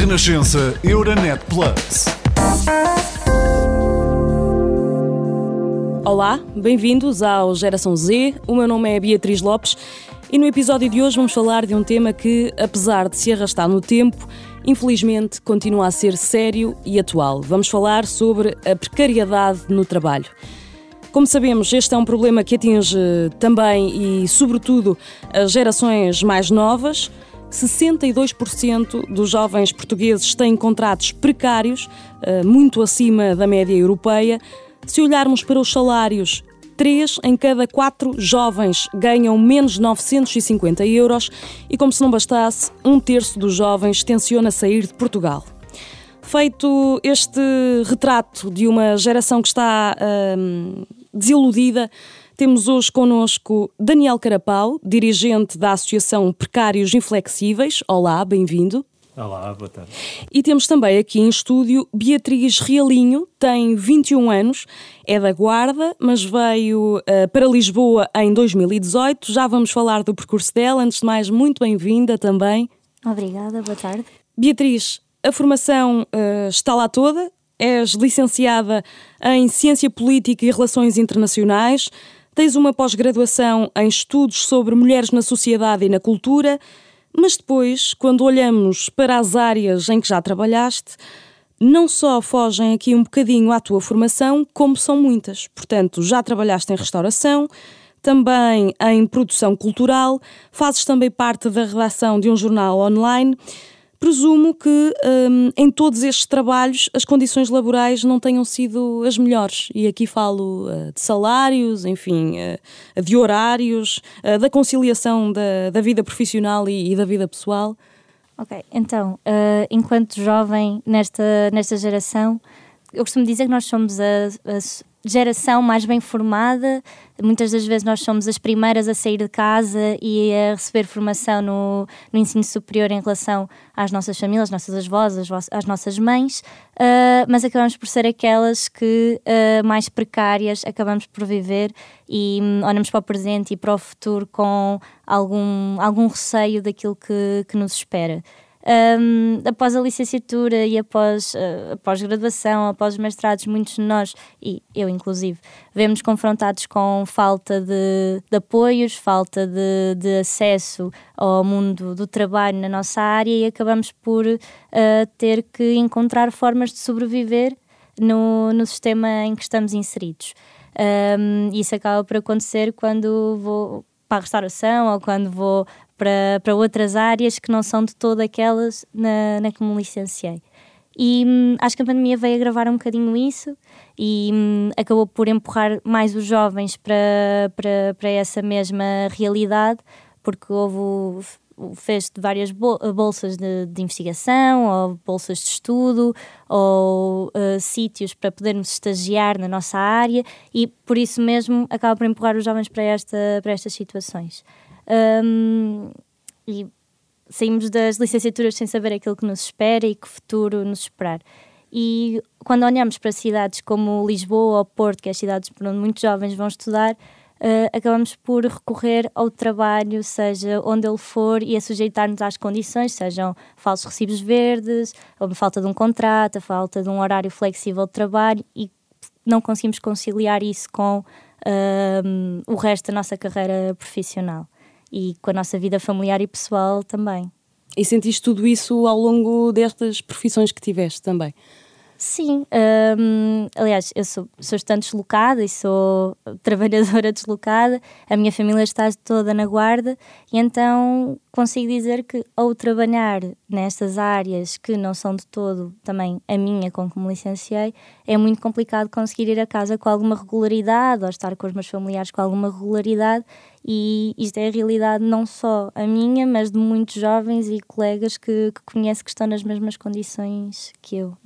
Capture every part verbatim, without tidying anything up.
Renascença Euronet Plus. Olá, bem-vindos ao Geração Z. O meu nome é Beatriz Lopes e no episódio de hoje vamos falar de um tema que, apesar de se arrastar no tempo, infelizmente continua a ser sério e atual. Vamos falar sobre a precariedade no trabalho. Como sabemos, este é um problema que atinge também e, sobretudo, as gerações mais novas. sessenta e dois por cento dos jovens portugueses têm contratos precários, muito acima da média europeia. Se olharmos para os salários, três em cada quatro jovens ganham menos de novecentos e cinquenta euros e, como se não bastasse, um terço dos jovens tenciona sair de Portugal. Feito este retrato de uma geração que está hum, desiludida, temos hoje connosco Daniel Carapau, dirigente da Associação Precários Inflexíveis. Olá, bem-vindo. Olá, boa tarde. E temos também aqui em estúdio Beatriz Realinho, tem vinte e um anos, é da Guarda, mas veio uh, para Lisboa em dois mil e dezoito. Já vamos falar do percurso dela. Antes de mais, muito bem-vinda também. Obrigada, boa tarde. Beatriz, a formação uh, está lá toda, és licenciada em Ciência Política e Relações Internacionais, tens uma pós-graduação em Estudos sobre Mulheres na Sociedade e na Cultura, mas depois, quando olhamos para as áreas em que já trabalhaste, não só fogem aqui um bocadinho à tua formação, como são muitas. Portanto, já trabalhaste em restauração, também em produção cultural, fazes também parte da redação de um jornal online. Presumo que hum, em todos estes trabalhos as condições laborais não tenham sido as melhores. E aqui falo uh, de salários, enfim, uh, de horários, uh, da conciliação da, da vida profissional e, e da vida pessoal. Ok, então, uh, enquanto jovem nesta, nesta geração, eu costumo dizer que nós somos a, a geração mais bem formada. Muitas das vezes nós somos as primeiras a sair de casa e a receber formação no, no ensino superior em relação às nossas famílias, às nossas avós, às, às nossas mães, uh, mas acabamos por ser aquelas que uh, mais precárias acabamos por viver e um, olhamos para o presente e para o futuro com algum, algum receio daquilo que, que nos espera. Um, após a licenciatura e após a uh, pós-graduação, após os mestrados, muitos de nós, e eu inclusive, vemos confrontados com falta de, de apoios, falta de, de acesso ao mundo do trabalho na nossa área e acabamos por uh, ter que encontrar formas de sobreviver no, no sistema em que estamos inseridos. Um, isso acaba por acontecer quando vou para a restauração ou quando vou para, para outras áreas que não são de todo aquelas na, na que me licenciei. E hum, acho que a pandemia veio agravar um bocadinho isso e hum, acabou por empurrar mais os jovens para, para, para essa mesma realidade, porque houve o, o fecho de várias bolsas de, de investigação ou bolsas de estudo ou uh, sítios para podermos estagiar na nossa área e por isso mesmo acaba por empurrar os jovens para, esta, para estas situações. Um, e saímos das licenciaturas sem saber aquilo que nos espera e que futuro nos esperar. E quando olhamos para cidades como Lisboa ou Porto, que é as cidades por onde muitos jovens vão estudar, uh, acabamos por recorrer ao trabalho, seja onde ele for, e a sujeitar-nos às condições, sejam falsos recibos verdes, ou a falta de um contrato, a falta de um horário flexível de trabalho, e não conseguimos conciliar isso com uh, o resto da nossa carreira profissional. E com a nossa vida familiar e pessoal também. E sentiste tudo isso ao longo destas profissões que tiveste também? Sim, um, aliás, eu sou, sou estudante deslocada e sou trabalhadora deslocada, a minha família está toda na Guarda e então consigo dizer que ao trabalhar nestas áreas que não são de todo também a minha com que me licenciei, é muito complicado conseguir ir a casa com alguma regularidade ou estar com os meus familiares com alguma regularidade e isto é a realidade não só a minha, mas de muitos jovens e colegas que, que conheço que estão nas mesmas condições que eu.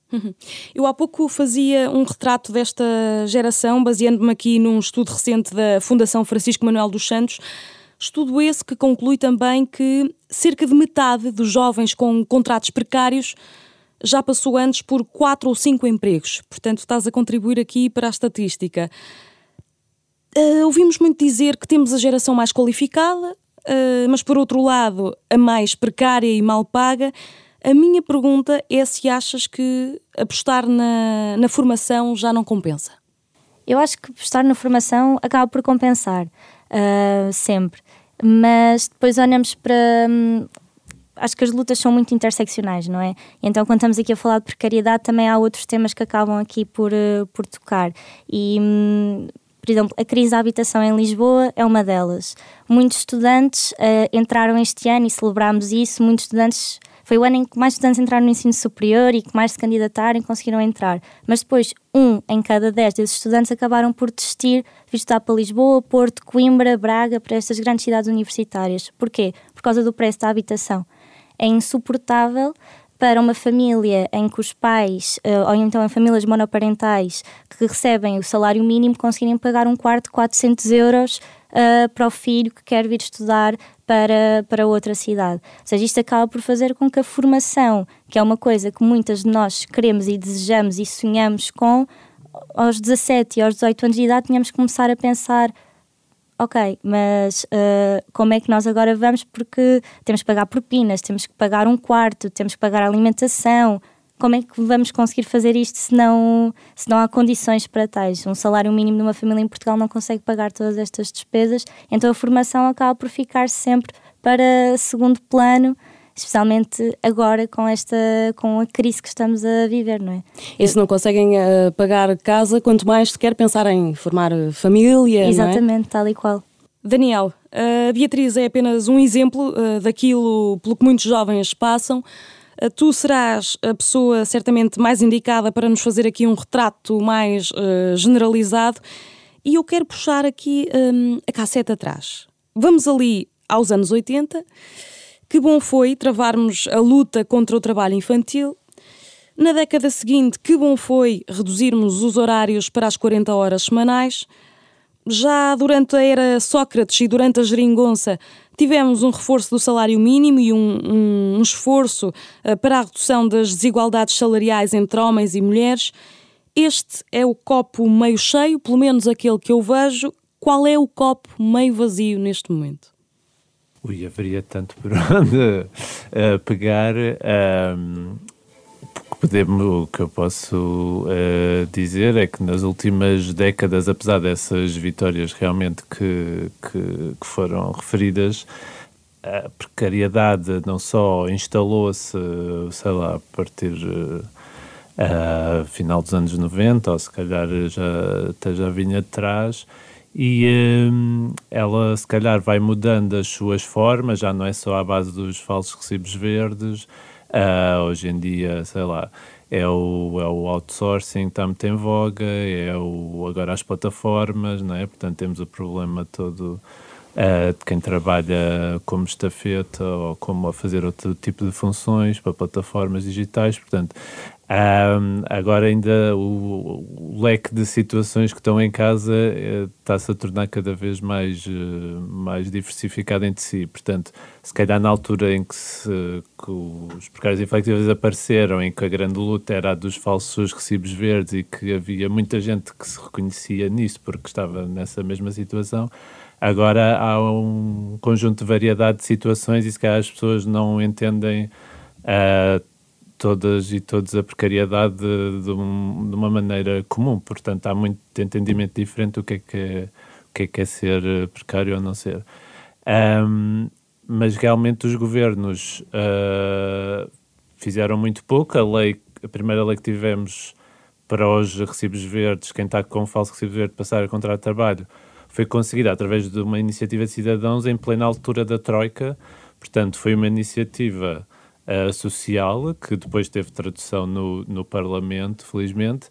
Eu há pouco fazia um retrato desta geração, baseando-me aqui num estudo recente da Fundação Francisco Manuel dos Santos, estudo esse que conclui também que cerca de metade dos jovens com contratos precários já passou antes por quatro ou cinco empregos. Portanto, estás a contribuir aqui para a estatística. Uh, ouvimos muito dizer que temos a geração mais qualificada, uh, mas por outro lado, a mais precária e mal paga. A minha pergunta é se achas que apostar na, na formação já não compensa. Eu acho que apostar na formação acaba por compensar, uh, sempre. Mas depois olhamos para... Hum, acho que as lutas são muito interseccionais, não é? E então, quando estamos aqui a falar de precariedade, também há outros temas que acabam aqui por, uh, por tocar. E... Hum, por exemplo, a crise da habitação em Lisboa é uma delas. Muitos estudantes uh, entraram este ano e celebrámos isso. Muitos estudantes... Foi o ano em que mais estudantes entraram no ensino superior e que mais se candidataram e conseguiram entrar. Mas depois, um em cada dez desses estudantes acabaram por desistir de estudar para Lisboa, Porto, Coimbra, Braga, para estas grandes cidades universitárias. Porquê? Por causa do preço da habitação. É insuportável para uma família em que os pais, ou então em famílias monoparentais, que recebem o salário mínimo, conseguirem pagar um quarto de quatrocentos euros uh, para o filho que quer vir estudar para, para outra cidade. Ou seja, isto acaba por fazer com que a formação, que é uma coisa que muitas de nós queremos e desejamos e sonhamos com, aos dezassete e aos dezoito anos de idade, tínhamos que começar a pensar: ok, mas uh, como é que nós agora vamos? Porque temos que pagar propinas, temos que pagar um quarto, temos que pagar alimentação. Como é que vamos conseguir fazer isto se não, se não há condições para tais? Um salário mínimo de uma família em Portugal não consegue pagar todas estas despesas, então a formação acaba por ficar sempre para segundo plano, especialmente agora com, esta, com a crise que estamos a viver, não é? E se não conseguem uh, pagar casa, quanto mais se quer pensar em formar família, exatamente, não é? Tal e qual. Daniel, a Beatriz é apenas um exemplo uh, daquilo pelo que muitos jovens passam. Uh, tu serás a pessoa certamente mais indicada para nos fazer aqui um retrato mais uh, generalizado, e eu quero puxar aqui um, a cassete atrás. Vamos ali aos anos oitenta. Que bom foi travarmos a luta contra o trabalho infantil. Na década seguinte, que bom foi reduzirmos os horários para as quarenta horas semanais. Já durante a era Sócrates e durante a geringonça, tivemos um reforço do salário mínimo e um, um, um esforço uh, para a redução das desigualdades salariais entre homens e mulheres. Este é o copo meio cheio, pelo menos aquele que eu vejo. Qual é o copo meio vazio neste momento? Ui, haveria tanto por onde uh, pegar. Um, podemos, o que eu posso uh, dizer é que nas últimas décadas, apesar dessas vitórias realmente que, que, que foram referidas, a precariedade não só instalou-se, sei lá, a partir uh, uh, final dos anos noventa, ou se calhar já, até já vinha de trás. E hum, ela se calhar vai mudando as suas formas, já não é só à base dos falsos recibos verdes. Uh, hoje em dia, sei lá, é o, é o outsourcing que está muito em voga, é o, agora as plataformas, não é? Portanto temos o problema todo uh, de quem trabalha como estafeta ou como a fazer outro tipo de funções para plataformas digitais. Portanto, Um, agora ainda o, o leque de situações que estão em casa eh, está-se a tornar cada vez mais, uh, mais diversificado entre si. Portanto, se calhar na altura em que, se, que os precários inflexíveis apareceram, em que a grande luta era a dos falsos recibos verdes e que havia muita gente que se reconhecia nisso porque estava nessa mesma situação, agora há um conjunto de variedade de situações e se calhar as pessoas não entendem uh, todas e todos a precariedade de, de, um, de uma maneira comum. Portanto, há muito entendimento diferente do que é que é, o que é, que é ser precário ou não ser. Um, mas realmente os governos uh, fizeram muito pouco. A lei, a primeira lei que tivemos para os recibos verdes, quem está com falso recibo verde passar a contrato de trabalho, foi conseguida através de uma iniciativa de cidadãos em plena altura da Troika. Portanto, foi uma iniciativa Uh, social, que depois teve tradução no, no Parlamento, felizmente,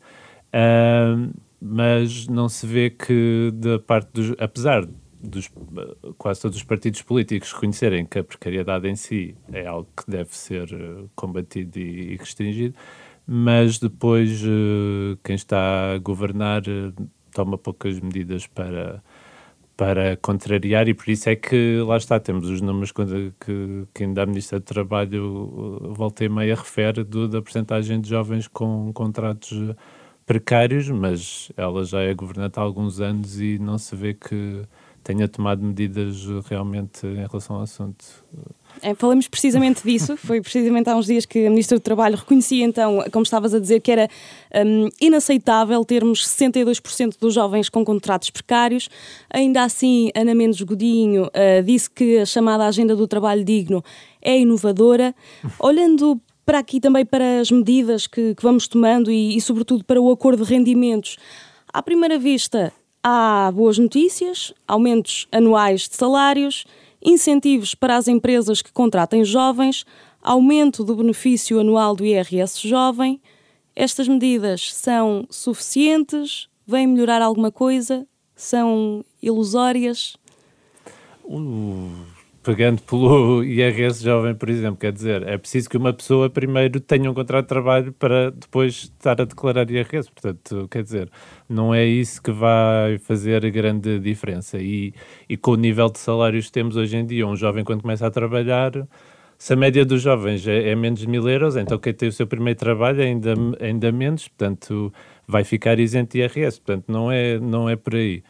uh, mas não se vê que da parte dos, apesar dos uh, quase todos os partidos políticos reconhecerem que a precariedade em si é algo que deve ser uh, combatido e, e restringido, mas depois uh, quem está a governar uh, toma poucas medidas para para contrariar, e por isso é que, lá está, temos os números que, que, que ainda a Ministra do Trabalho volta e meia refere do, da percentagem de jovens com contratos precários, mas ela já é governante há alguns anos e não se vê que tenha tomado medidas realmente em relação ao assunto. É, falamos precisamente disso. Foi precisamente há uns dias que a Ministra do Trabalho reconhecia, então, como estavas a dizer, que era um, inaceitável termos sessenta e dois por cento dos jovens com contratos precários. Ainda assim, Ana Mendes Godinho uh, disse que a chamada Agenda do Trabalho Digno é inovadora. Olhando para aqui também para as medidas que, que vamos tomando e, e, sobretudo, para o acordo de rendimentos, à primeira vista, há boas notícias, aumentos anuais de salários, incentivos para as empresas que contratem jovens, aumento do benefício anual do I R S jovem. Estas medidas são suficientes? Vêm melhorar alguma coisa? São ilusórias? Uh, pegando pelo I R S jovem, por exemplo, quer dizer, é preciso que uma pessoa primeiro tenha um contrato de trabalho para depois estar a declarar I R S. Portanto, quer dizer, não é isso que vai fazer a grande diferença. E, e com o nível de salários que temos hoje em dia, um jovem quando começa a trabalhar, se a média dos jovens é, é menos de mil euros, então quem tem o seu primeiro trabalho é ainda, ainda menos, portanto vai ficar isento de I R S. Portanto, não é, não é por aí.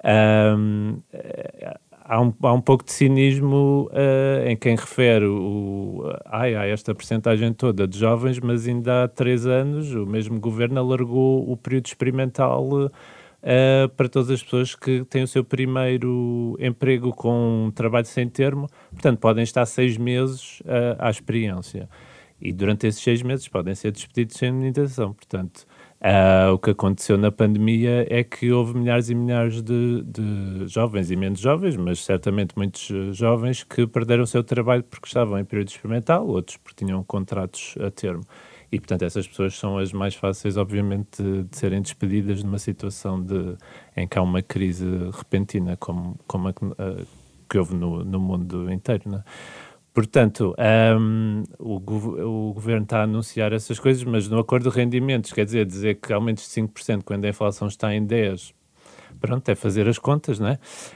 Um, há, um, há um pouco de cinismo uh, em quem refere o, ai, há esta percentagem toda de jovens, mas ainda há três anos o mesmo governo alargou o período experimental uh, para todas as pessoas que têm o seu primeiro emprego com um trabalho sem termo. Portanto, podem estar seis meses uh, à experiência. E durante esses seis meses podem ser despedidos sem indenização. Portanto, uh, o que aconteceu na pandemia é que houve milhares e milhares de, de jovens e menos jovens, mas certamente muitos jovens que perderam o seu trabalho porque estavam em período experimental, outros porque tinham contratos a termo. E, portanto, essas pessoas são as mais fáceis, obviamente, de, de serem despedidas numa situação de, em que há uma crise repentina, como, como a, a, que houve no, no mundo inteiro, não é? Portanto, um, o, o Governo está a anunciar essas coisas, mas no acordo de rendimentos, quer dizer, dizer que aumentos de cinco por cento quando a inflação está em dez por cento, pronto, é fazer as contas, não é?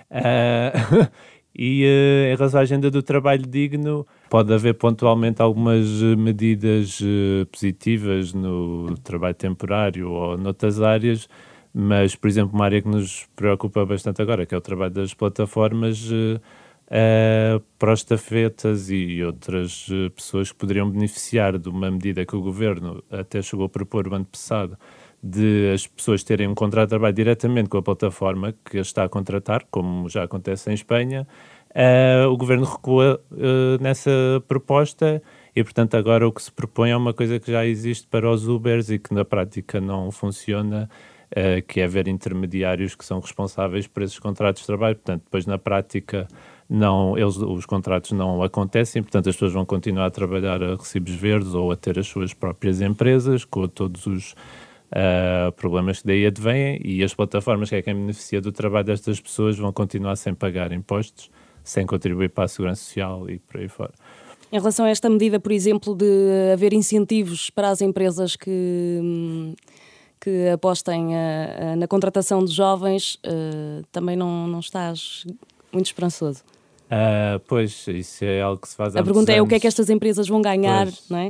Uh, e uh, em relação à agenda do trabalho digno, pode haver pontualmente algumas medidas uh, positivas no trabalho temporário ou noutras áreas, mas, por exemplo, uma área que nos preocupa bastante agora, que é o trabalho das plataformas, uh, Uh, para os estafetas e outras uh, pessoas que poderiam beneficiar de uma medida que o Governo até chegou a propor o ano passado, de as pessoas terem um contrato de trabalho diretamente com a plataforma que as está a contratar, como já acontece em Espanha. Uh, o Governo recua uh, nessa proposta e, portanto, agora o que se propõe é uma coisa que já existe para os Ubers e que na prática não funciona, uh, que é haver intermediários que são responsáveis por esses contratos de trabalho. Portanto, depois na prática não, eles, os contratos não acontecem, portanto as pessoas vão continuar a trabalhar a recibos verdes ou a ter as suas próprias empresas, com todos os uh, problemas que daí advêm, e as plataformas, que é quem beneficia do trabalho destas pessoas, vão continuar sem pagar impostos, sem contribuir para a segurança social e por aí fora. Em relação a esta medida, por exemplo, de haver incentivos para as empresas que, que apostem a, a, na contratação de jovens, uh, também não, não estás muito esperançoso? Uh, pois, isso é algo que se faz há A pergunta é anos. O que é que estas empresas vão ganhar, pois. Não é?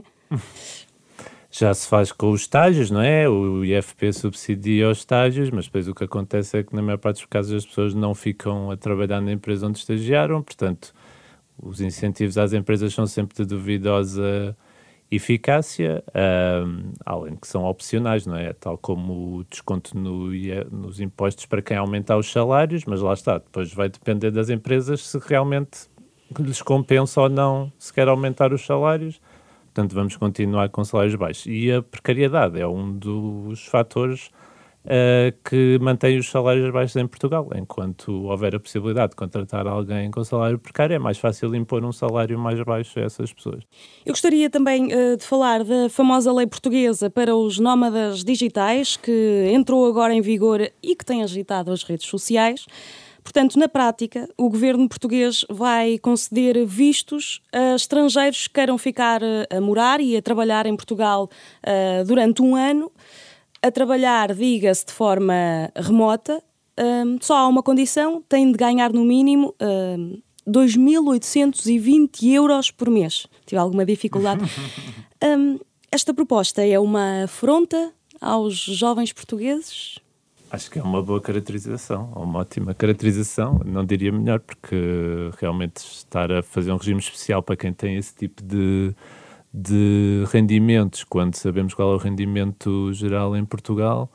Já se faz com os estágios, não é? O I F P subsidia os estágios, mas depois o que acontece é que na maior parte dos casos as pessoas não ficam a trabalhar na empresa onde estagiaram, portanto os incentivos às empresas são sempre de duvidosa eficácia, um, além que são opcionais, não é? Tal como o desconto no, nos impostos para quem aumentar os salários, mas lá está, depois vai depender das empresas se realmente lhes compensa ou não se quer aumentar os salários. Portanto, vamos continuar com salários baixos. E a precariedade é um dos fatores uh, que mantém os salários baixos em Portugal. Enquanto houver a possibilidade de contratar alguém com salário precário, é mais fácil impor um salário mais baixo a essas pessoas. Eu gostaria também uh, de falar da famosa lei portuguesa para os nómadas digitais, que entrou agora em vigor e que tem agitado as redes sociais. Portanto, na prática, o governo português vai conceder vistos a estrangeiros que queiram ficar a morar e a trabalhar em Portugal uh, durante um ano. A trabalhar, diga-se, de forma remota. Um, só há uma condição: tem de ganhar no mínimo um, dois mil oitocentos e vinte euros por mês. Tive alguma dificuldade. um, esta proposta é uma afronta aos jovens portugueses? Acho que é uma boa caracterização, uma ótima caracterização, não diria melhor, porque realmente estar a fazer um regime especial para quem tem esse tipo de, de rendimentos, quando sabemos qual é o rendimento geral em Portugal,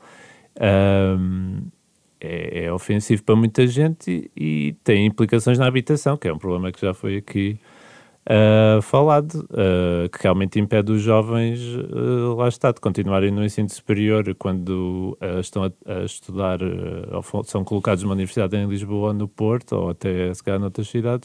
um, é, é ofensivo para muita gente e, e tem implicações na habitação, que é um problema que já foi aqui Uh, falado, uh, que realmente impede os jovens, uh, lá está, de continuarem no ensino superior quando uh, estão a, a estudar, uh, ou são colocados numa universidade em Lisboa ou no Porto, ou até se calhar noutras cidades.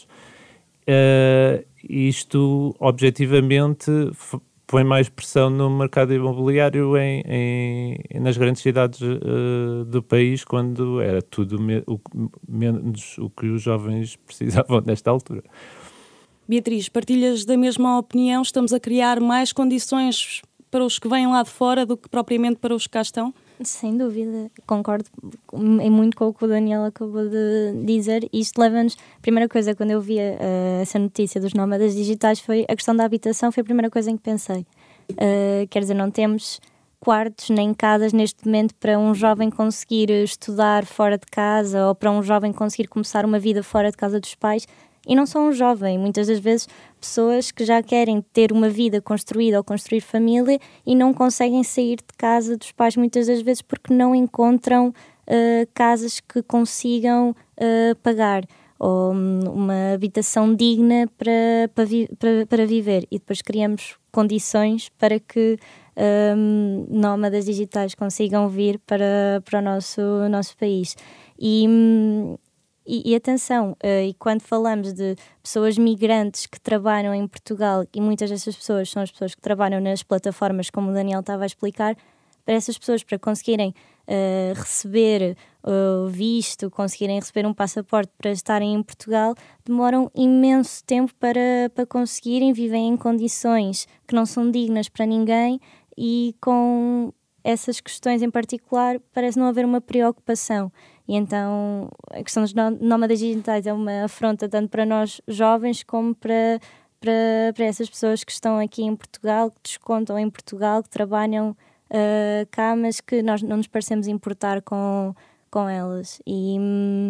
Uh, isto, objetivamente, f- põe mais pressão no mercado imobiliário em, em, nas grandes cidades uh, do país, quando era tudo me- o, menos o que os jovens precisavam nesta altura. Beatriz, partilhas da mesma opinião? Estamos a criar mais condições para os que vêm lá de fora do que propriamente para os que cá estão? Sem dúvida, concordo em muito com o que o Daniel acabou de dizer. Isto leva-nos, a primeira coisa, quando eu vi uh, essa notícia dos nómadas digitais, foi a questão da habitação, foi a primeira coisa em que pensei. Uh, quer dizer, não temos quartos nem casas neste momento para um jovem conseguir estudar fora de casa, ou para um jovem conseguir começar uma vida fora de casa dos pais. E não só um jovem, muitas das vezes pessoas que já querem ter uma vida construída ou construir família e não conseguem sair de casa dos pais muitas das vezes porque não encontram uh, casas que consigam uh, pagar ou um, uma habitação digna para, para, vi- para, para viver. E depois criamos condições para que um, nómadas digitais consigam vir para, para o nosso, nosso país. E... Um, E, e atenção, uh, e quando falamos de pessoas migrantes que trabalham em Portugal, e muitas dessas pessoas são as pessoas que trabalham nas plataformas, como o Daniel estava a explicar, para essas pessoas, para conseguirem uh, receber o uh, visto, conseguirem receber um passaporte para estarem em Portugal, demoram imenso tempo para, para conseguirem, vivem em condições que não são dignas para ninguém e com essas questões em particular parece não haver uma preocupação. E então a questão dos nómadas digitais é uma afronta tanto para nós jovens como para, para, para essas pessoas que estão aqui em Portugal, que descontam em Portugal, que trabalham uh, cá, mas que nós não nos parecemos importar com, com elas. E,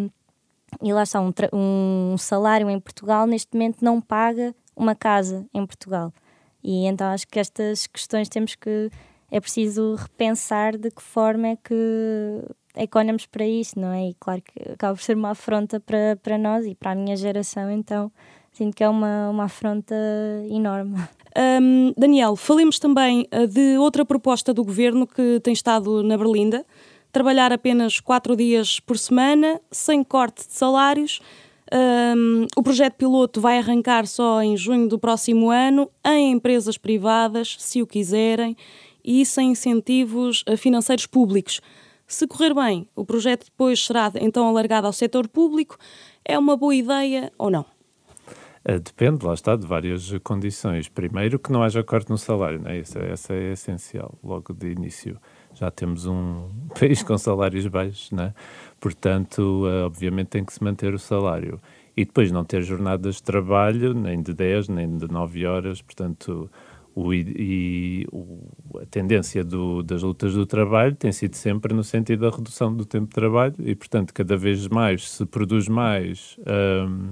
e lá está, um, tra- um salário em Portugal neste momento não paga uma casa em Portugal. E então acho que estas questões temos que... É preciso repensar de que forma é que, é que olhamos para isto, não é? E claro que acaba por ser uma afronta para, para nós e para a minha geração, então sinto que é uma, uma afronta enorme. Um, Daniel, falemos também uh, de outra proposta do Governo que tem estado na berlinda, trabalhar apenas quatro dias por semana, sem corte de salários. Um, o projeto piloto vai arrancar só em junho do próximo ano, em empresas privadas, se o quiserem, e sem incentivos financeiros públicos. Se correr bem, o projeto depois será então alargado ao setor público. É uma boa ideia ou não? Depende, lá está, de várias condições. Primeiro, que não haja corte no salário, não é? Essa, essa é essencial, logo de início. Já temos um país com salários baixos, não é? Portanto, obviamente tem que se manter o salário. E depois não ter jornadas de trabalho, nem de dez, nem de nove horas, portanto... O, e o, a tendência do, das lutas do trabalho tem sido sempre no sentido da redução do tempo de trabalho e, portanto, cada vez mais se produz mais, um,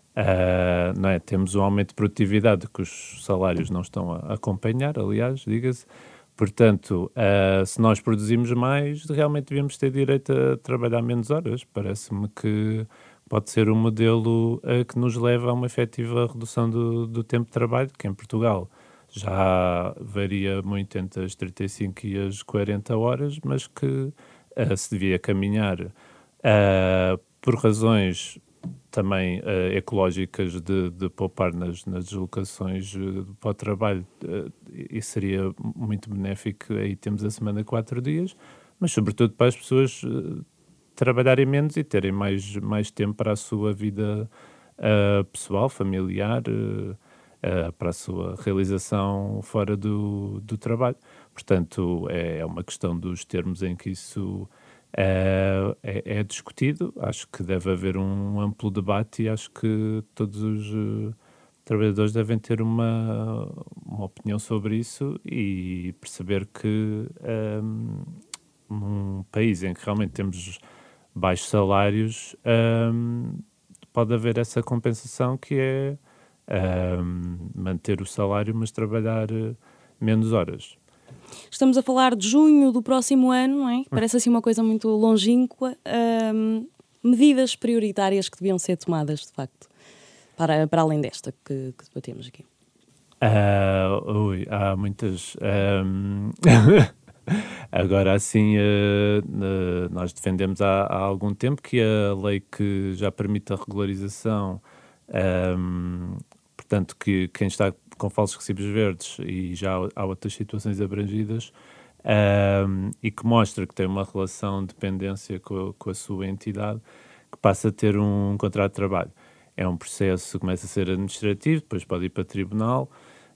uh, não é? Temos um aumento de produtividade que os salários não estão a acompanhar, aliás, diga-se. Portanto, uh, se nós produzimos mais, realmente devíamos ter direito a trabalhar menos horas. Parece-me que pode ser um modelo uh, que nos leva a uma efetiva redução do, do tempo de trabalho, que em Portugal já varia muito entre as trinta e cinco e as quarenta horas, mas que uh, se devia caminhar uh, por razões também uh, ecológicas de, de poupar nas, nas deslocações uh, para o trabalho, uh, e seria muito benéfico. Aí temos a semana de quatro dias, mas sobretudo para as pessoas uh, trabalharem menos e terem mais, mais tempo para a sua vida uh, pessoal, familiar, uh, Uh, para a sua realização fora do, do trabalho. Portanto, é, é uma questão dos termos em que isso uh, é, é discutido. Acho que deve haver um amplo debate e acho que todos os uh, trabalhadores devem ter uma, uma opinião sobre isso e perceber que um, num país em que realmente temos baixos salários, um, pode haver essa compensação que é um, manter o salário, mas trabalhar uh, menos horas. Estamos a falar de junho do próximo ano, não é? Parece assim uma coisa muito longínqua. Um, medidas prioritárias que deviam ser tomadas, de facto, para, para além desta que, que debatemos aqui. Uh, ui, há muitas. Um... Agora, assim, uh, uh, nós defendemos há, há algum tempo que a lei que já permite a regularização, um, portanto, que quem está com falsos recibos verdes, e já há outras situações abrangidas, um, e que mostra que tem uma relação de dependência com a, com a sua entidade, que passa a ter um contrato de trabalho. É um processo que começa a ser administrativo, depois pode ir para tribunal.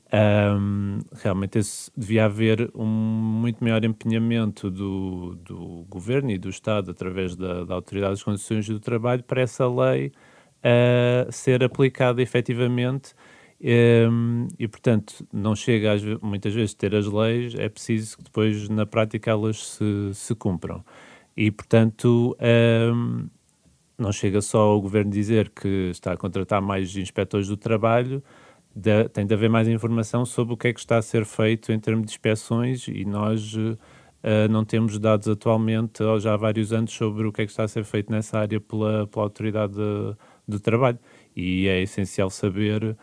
Um, realmente esse, devia haver um muito maior empenhamento do, do Governo e do Estado, através da, da Autoridade das Condições do Trabalho, para essa lei uh, ser aplicada efetivamente. Um, e, portanto, não chega às, muitas vezes a ter as leis, é preciso que depois, na prática, elas se, se cumpram. E, portanto, um, não chega só ao Governo dizer que está a contratar mais inspectores do trabalho, de, tem de haver mais informação sobre o que é que está a ser feito em termos de inspeções, e nós uh, não temos dados atualmente, ou já há vários anos, sobre o que é que está a ser feito nessa área pela, pela Autoridade de, do Trabalho. E é essencial saber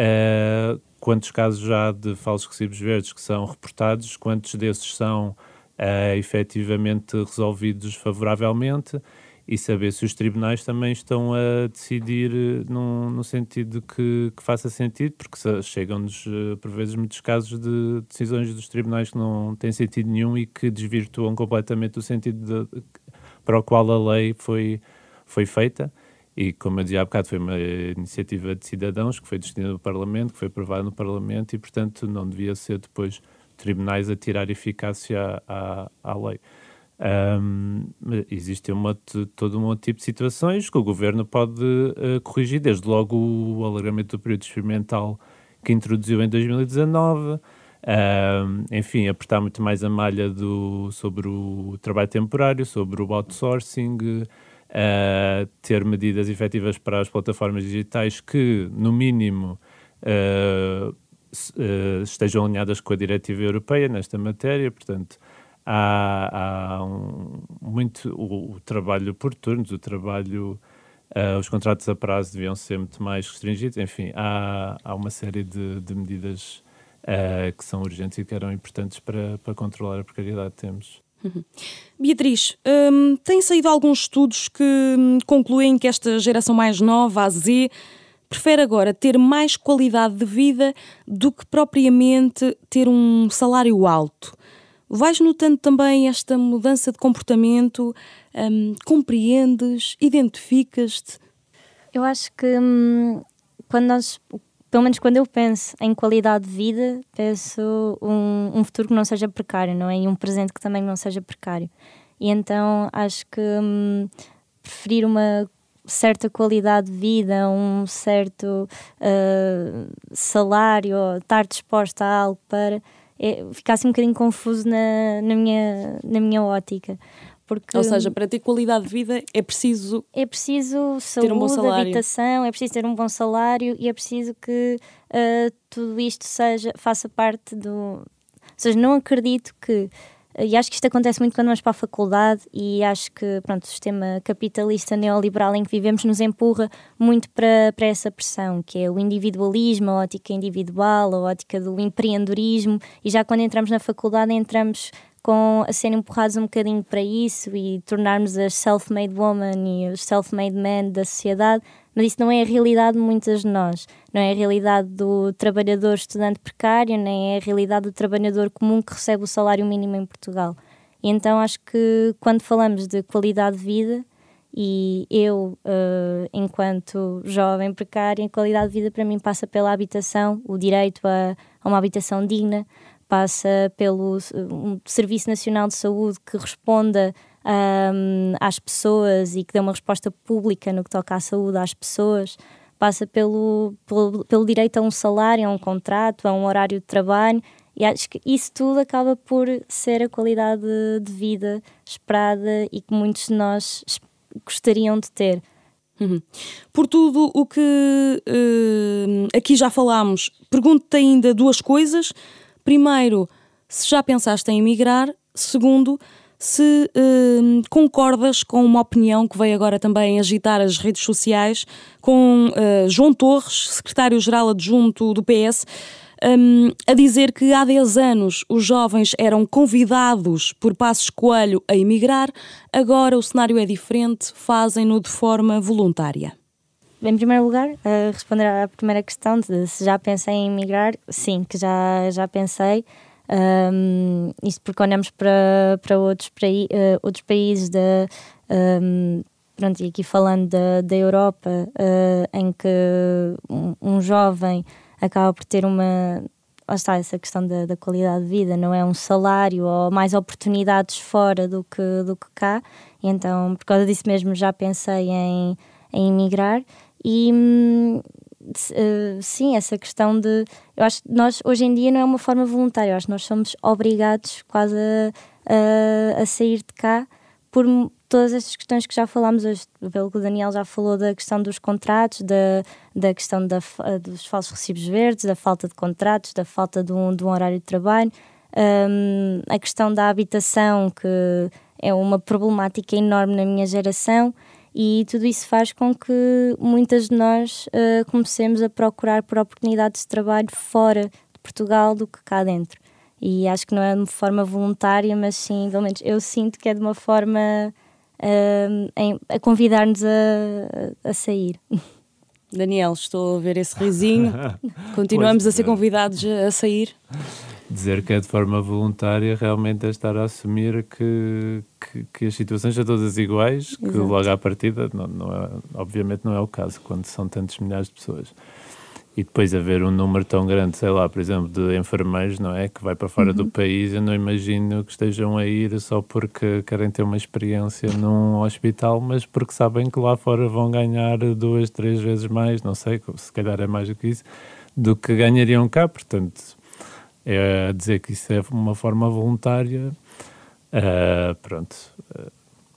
uh, quantos casos já de falsos recibos verdes que são reportados, quantos desses são uh, efetivamente resolvidos favoravelmente, e saber se os tribunais também estão a decidir num, no sentido que, que faça sentido, porque chegam-nos, por vezes, muitos casos de decisões dos tribunais que não têm sentido nenhum e que desvirtuam completamente o sentido de, para o qual a lei foi, foi feita. E, como eu dizia há bocado, foi uma iniciativa de cidadãos que foi destinada no Parlamento, que foi aprovada no Parlamento, e, portanto, não devia ser depois tribunais a tirar eficácia à, à, à lei. Um, existe uma, todo um outro tipo de situações que o Governo pode uh, corrigir, desde logo o alargamento do período experimental que introduziu em dois mil e dezanove, um, enfim, apertar muito mais a malha do, sobre o trabalho temporário, sobre o outsourcing, uh, ter medidas efetivas para as plataformas digitais que, no mínimo, uh, uh, estejam alinhadas com a diretiva europeia nesta matéria. Portanto, Há, há um, muito o, o trabalho por turnos, o trabalho, uh, os contratos a prazo deviam ser muito mais restringidos. Enfim, há, há uma série de, de medidas uh, que são urgentes e que eram importantes para, para controlar a precariedade que temos. Uhum. Beatriz, hum, têm saído alguns estudos que hum, concluem que esta geração mais nova, a Z, prefere agora ter mais qualidade de vida do que propriamente ter um salário alto. Vais notando também esta mudança de comportamento? Hum, compreendes? Identificas-te? Eu acho que hum, quando nós, pelo menos quando eu penso em qualidade de vida, penso um, um futuro que não seja precário, não é? E um presente que também não seja precário. E então acho que hum, preferir uma certa qualidade de vida, um certo uh, salário, ou estar disposta a algo para... É, ficasse um bocadinho confuso na, na, minha, na minha ótica. Porque, ou seja, para ter qualidade de vida é preciso, é preciso saúde, ter um bom salário, habitação, é preciso ter um bom salário e é preciso que uh, tudo isto seja, faça parte do... Ou seja, não acredito que... E acho que isto acontece muito quando vamos para a faculdade, e acho que pronto, o sistema capitalista neoliberal em que vivemos nos empurra muito para, para essa pressão, que é o individualismo, a ótica individual, a ótica do empreendedorismo, e já quando entramos na faculdade entramos com, a ser empurrados um bocadinho para isso e tornarmos as self-made woman e os self-made men da sociedade, mas isso não é a realidade de muitas de nós, não é a realidade do trabalhador estudante precário, nem é a realidade do trabalhador comum que recebe o salário mínimo em Portugal. E então acho que quando falamos de qualidade de vida, e eu, uh, enquanto jovem precária, a qualidade de vida para mim passa pela habitação, o direito a, a uma habitação digna, passa pelo um Serviço Nacional de Saúde que responda um, às pessoas e que dê uma resposta pública no que toca à saúde às pessoas, passa pelo, pelo, pelo direito a um salário, a um contrato, a um horário de trabalho, E acho que isso tudo acaba por ser a qualidade de vida esperada e que muitos de nós gostariam de ter. Uhum. Por tudo o que uh, aqui já falámos, pergunto-te ainda duas coisas. Primeiro, se já pensaste em emigrar. Segundo, se uh, concordas com uma opinião que veio agora também agitar as redes sociais, com uh, João Torres, secretário-geral adjunto do P S, um, a dizer que há dez anos os jovens eram convidados por Passos Coelho a emigrar, agora o cenário é diferente, fazem-no de forma voluntária. Em primeiro lugar, a responder à primeira questão de se já pensei em emigrar, sim, que já, já pensei. Um, isto porque olhamos para, para outros, para, uh, outros países da, um, pronto, e aqui falando da, da Europa, uh, em que um, um jovem acaba por ter uma, lá está, essa questão da, da qualidade de vida, não é um salário ou mais oportunidades fora do que, do que cá, e então por causa disso mesmo já pensei em, em emigrar. E uh, sim, essa questão de, eu acho que nós hoje em dia não é uma forma voluntária, eu acho que nós somos obrigados quase a, a, a sair de cá por todas estas questões que já falámos hoje, pelo que o Daniel já falou da questão dos contratos, da, da questão da, dos falsos recibos verdes, da falta de contratos, da falta de um, de um horário de trabalho, um, a questão da habitação, que é uma problemática enorme na minha geração, e tudo isso faz com que muitas de nós uh, comecemos a procurar por oportunidades de trabalho fora de Portugal do que cá dentro. E acho que não é de uma forma voluntária, mas sim, pelo menos eu sinto que é de uma forma uh, em, a convidar-nos a, a sair. Daniel, estou a ver esse risinho. Continuamos pois, a ser convidados a sair. Dizer que é de forma voluntária realmente é estar a assumir que, que, que as situações são todas iguais, que Exato. Logo à partida, não, não é, obviamente não é o caso, quando são tantos milhares de pessoas. E depois haver um número tão grande, sei lá, por exemplo, de enfermeiros, não é? Que vai para fora uhum. do país, eu não imagino que estejam a ir só porque querem ter uma experiência num hospital, mas porque sabem que lá fora vão ganhar duas, três vezes mais, não sei, se calhar é mais do que isso, do que ganhariam cá, portanto... É dizer que isso é uma forma voluntária, uh, pronto, uh,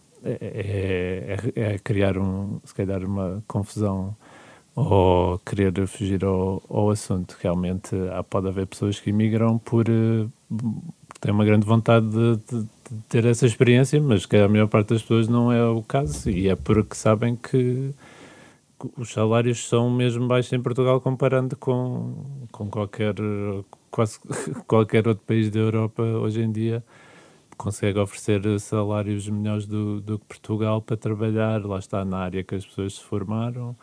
é, é, é criar um, se calhar uma confusão ou querer fugir ao, ao assunto. Realmente há, pode haver pessoas que imigram por uh, têm uma grande vontade de, de, de ter essa experiência, mas que a maior parte das pessoas não é o caso, e é porque sabem que os salários são mesmo baixos em Portugal comparando com, com qualquer... quase qualquer outro país da Europa hoje em dia consegue oferecer salários melhores do, do que Portugal para trabalhar, lá está, na área que as pessoas se formaram,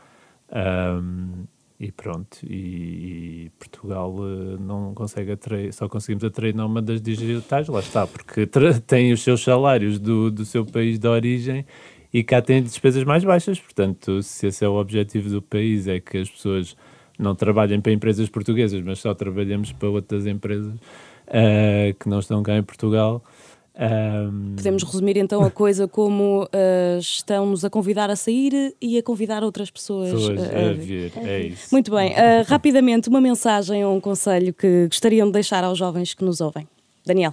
um, e pronto, e, e Portugal uh, não consegue atrair, só conseguimos atrair nómadas digitais, lá está, porque tra- tem os seus salários do, do seu país de origem e cá tem despesas mais baixas, portanto, se esse é o objetivo do país, é que as pessoas não trabalhem para empresas portuguesas, mas só trabalhamos para outras empresas uh, que não estão cá em Portugal. Um... Podemos resumir então a coisa como uh, estão-nos a convidar a sair e a convidar outras pessoas, pessoas uh, a vir. É isso. Muito bem. Uh, rapidamente, uma mensagem ou um conselho que gostariam de deixar aos jovens que nos ouvem. Daniel.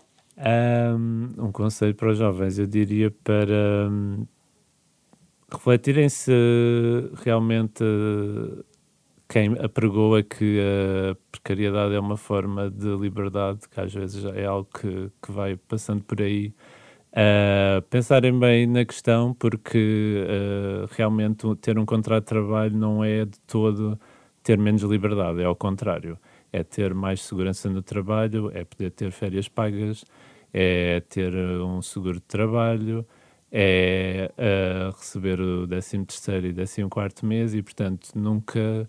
Um, um conselho para os jovens, eu diria para um, refletirem se realmente... Uh, quem apregoa que a precariedade é uma forma de liberdade, que às vezes é algo que, que vai passando por aí. Uh, pensarem bem na questão, porque uh, realmente ter um contrato de trabalho não é de todo ter menos liberdade, é ao contrário. É ter mais segurança no trabalho, é poder ter férias pagas, é ter um seguro de trabalho, é uh, receber o décimo terceiro e décimo quarto mês e, portanto, nunca...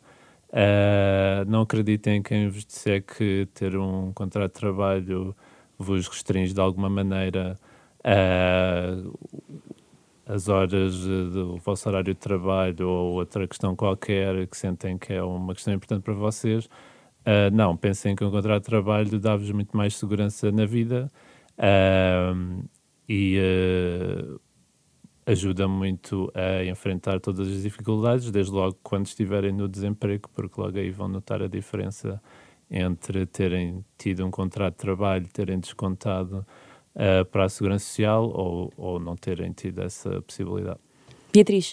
Uh, não acreditem em quem vos disser que ter um contrato de trabalho vos restringe de alguma maneira uh, as horas do vosso horário de trabalho ou outra questão qualquer que sentem que é uma questão importante para vocês. Uh, não, pensem que um contrato de trabalho dá-vos muito mais segurança na vida uh, e uh, ajuda muito a enfrentar todas as dificuldades, desde logo quando estiverem no desemprego, porque logo aí vão notar a diferença entre terem tido um contrato de trabalho, terem descontado uh, para a Segurança Social ou, ou não terem tido essa possibilidade. Beatriz?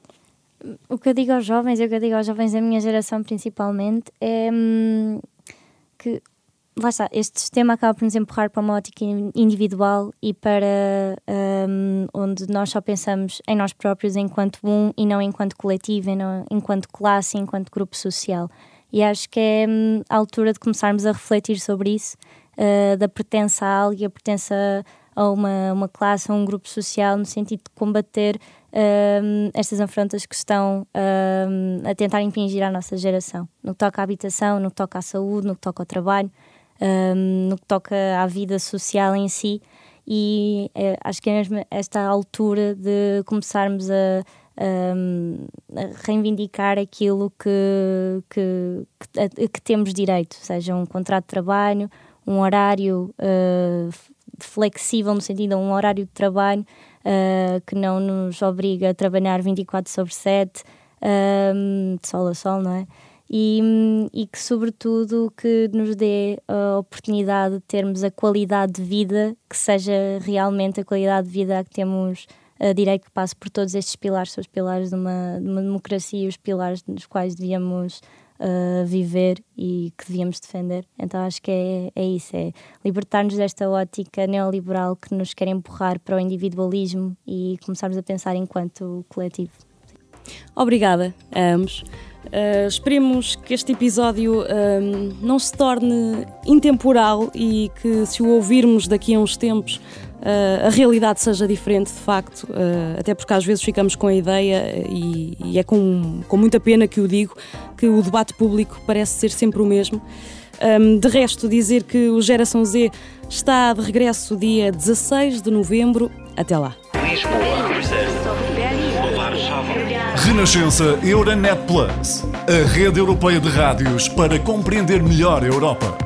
O que eu digo aos jovens, e o que eu digo aos jovens da minha geração principalmente, é hum, que, lá está, este sistema acaba por nos empurrar para uma ótica individual e para hum, onde nós só pensamos em nós próprios enquanto um e não enquanto coletivo, e não enquanto classe, enquanto grupo social. E acho que é hum, a altura de começarmos a refletir sobre isso, uh, da pertença a algo e a pertença a uma, uma classe, a um grupo social, no sentido de combater um, estas afrontas que estão um, a tentar impingir à nossa geração. No que toca à habitação, no que toca à saúde, no que toca ao trabalho, um, no que toca à vida social em si. E é, acho que é mesmo esta altura de começarmos a, a, a reivindicar aquilo que, que, que, que temos direito, seja um contrato de trabalho, um horário uh, flexível, no sentido de um horário de trabalho uh, que não nos obriga a trabalhar vinte e quatro sobre sete, uh, de sol a sol, não é? E, e que, sobretudo, que nos dê a oportunidade de termos a qualidade de vida, que seja realmente a qualidade de vida a que temos uh, direito, que passe por todos estes pilares, são os pilares de uma, de uma democracia, os pilares nos quais devíamos Uh, viver e que devíamos defender. Então acho que é, é isso, é libertar-nos desta ótica neoliberal que nos quer empurrar para o individualismo e começarmos a pensar enquanto coletivo. Obrigada a ambos. Uh, esperemos que este episódio uh, não se torne intemporal e que, se o ouvirmos daqui a uns tempos, uh, a realidade seja diferente, de facto, uh, até porque às vezes ficamos com a ideia, e, e é com, com muita pena que o digo, que o debate público parece ser sempre o mesmo. Um, de resto, dizer que o Geração Z está de regresso dia dezasseis de novembro. Até lá. Renascença Euronet Plus, a rede europeia de rádios para compreender melhor a Europa.